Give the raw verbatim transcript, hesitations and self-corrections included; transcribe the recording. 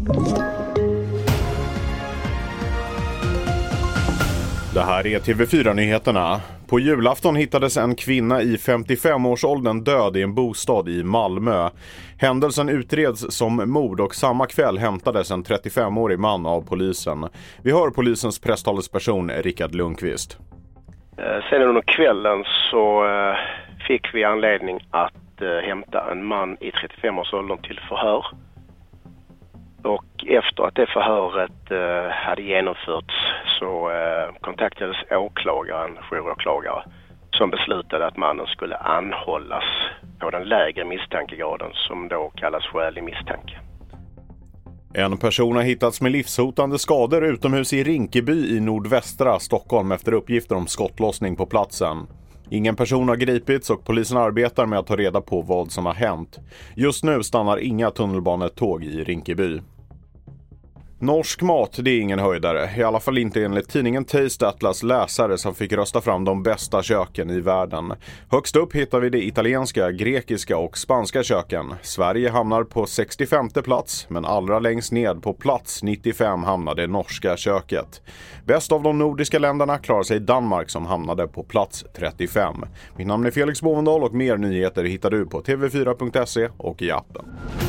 Det här är T V fyra-nyheterna. På julafton hittades en kvinna i femtiofem-årsåldern död i en bostad i Malmö. Händelsen utreds som mord och samma kväll hämtades en trettiofemårig man av polisen. Vi hör polisens presstalesperson Rickard Lundqvist. Sen under kvällen så fick vi anledning att hämta en man i trettiofem-årsåldern till förhör. Och efter att det förhöret eh, hade genomförts så eh, kontaktades åklagaren, jouråklagare, som beslutade att mannen skulle anhållas på den lägre misstankegraden som då kallas skälig misstanke. En person har hittats med livshotande skador utomhus i Rinkeby i nordvästra Stockholm efter uppgifter om skottlossning på platsen. Ingen person har gripits och polisen arbetar med att ta reda på vad som har hänt. Just nu stannar inga tunnelbanetåg i Rinkeby. Norsk mat, det är ingen höjdare. I alla fall inte enligt tidningen Taste Atlas läsare som fick rösta fram de bästa köken i världen. Högst upp hittar vi det italienska, grekiska och spanska köken. Sverige hamnar på sextiofemte plats, men allra längst ned på plats nittiofem hamnar det norska köket. Bäst av de nordiska länderna klarar sig Danmark som hamnade på plats trettiofem. Mitt namn är Felix Bovendal och mer nyheter hittar du på t v fyra punkt se och i appen.